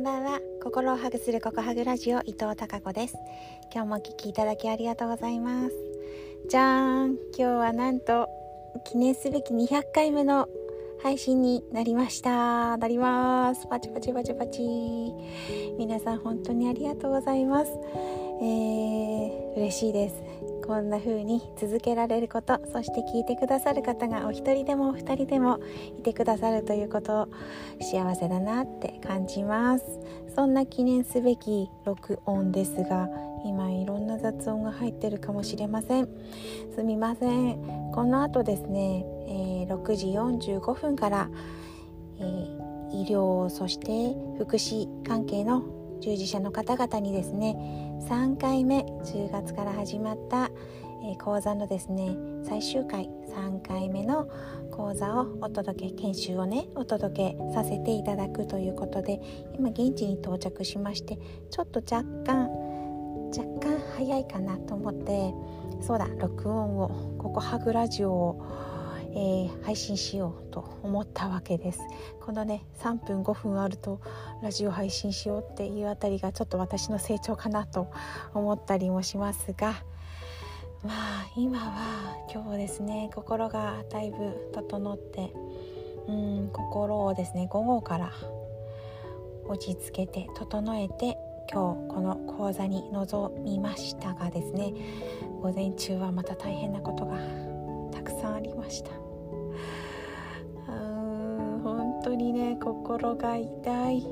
ばんは。心をハグするココハグラジオ、伊藤孝子です。今日もお聞きいただきありがとうございます。じゃーん、今日はなんと記念すべき200回目の配信になりました。なります。パチパチパチパチ。皆さん本当にありがとうございます。嬉しいです。こんな風に続けられること、そして聞いてくださる方がお一人でもお二人でもいてくださるということを幸せだなって感じます。そんな記念すべき録音ですが、今いろんな雑音が入ってるかもしれません。すみません。この後ですね、6時45分から、医療そして福祉関係の従事者の方々にですね、3回目10月から始まった、講座のですね最終回3回目の講座を研修をねお届けさせていただくということで、今現地に到着しまして、ちょっと若干早いかなと思って、そうだ、録音をココハグラジオを配信しようと思ったわけです。このね3分5分あるとラジオ配信しようっていうあたりがちょっと私の成長かなと思ったりもしますが、まあ今は今日ですね、心がだいぶ整って、心をですね午後から落ち着けて整えて今日この講座に臨みましたがですね、午前中はまた大変なことがたくさんありました。本当にね心が痛い、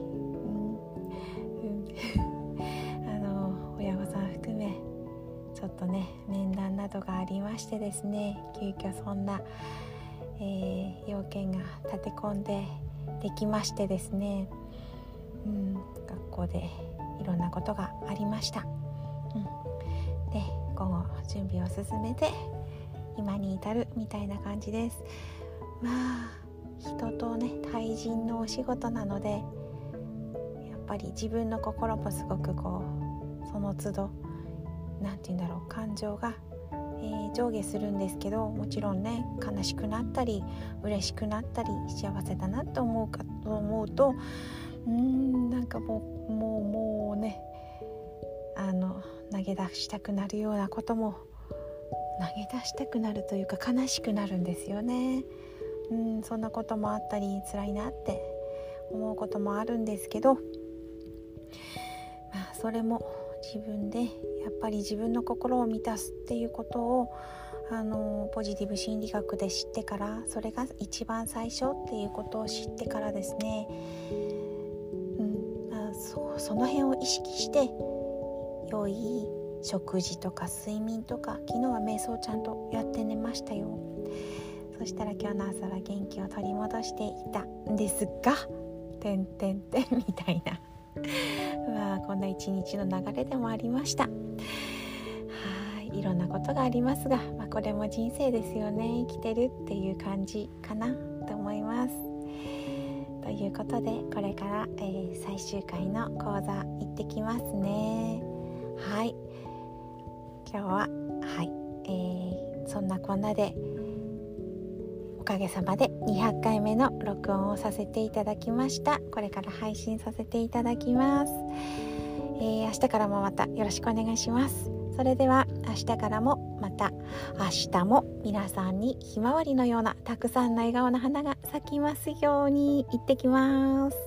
親御さん含めちょっとね面談などがありましてですね、急遽そんな、要件が立て込んでできましてですね、学校でいろんなことがありました。で午後準備を進めて今に至るみたいな感じです。まあ人とね対人のお仕事なので、やっぱり自分の心もすごくその都度感情が、上下するんですけど、もちろんね悲しくなったり嬉しくなったり幸せだなと思うともうね投げ出したくなるようなことも投げ出したくなるというか悲しくなるんですよね。そんなこともあったり辛いなって思うこともあるんですけど、それも自分でやっぱり自分の心を満たすっていうことをポジティブ心理学で知ってから、それが一番最初っていうことを知ってからですね、その辺を意識して良い食事とか睡眠とか、昨日は瞑想ちゃんとやって寝ましたよ。そしたら今日の朝は元気を取り戻していたんですがみたいなこんな一日の流れでもありました。いろんなことがありますが、これも人生ですよね。生きてるっていう感じかなと思います。ということでこれから、最終回の講座行ってきますね。今日はそんなこんなでおかげさまで200回目の録音をさせていただきました。これから配信させていただきます。明日からもまたよろしくお願いします。それでは明日からもまた明日も皆さんにひまわりのようなたくさんの笑顔の花が咲きますように。行ってきます。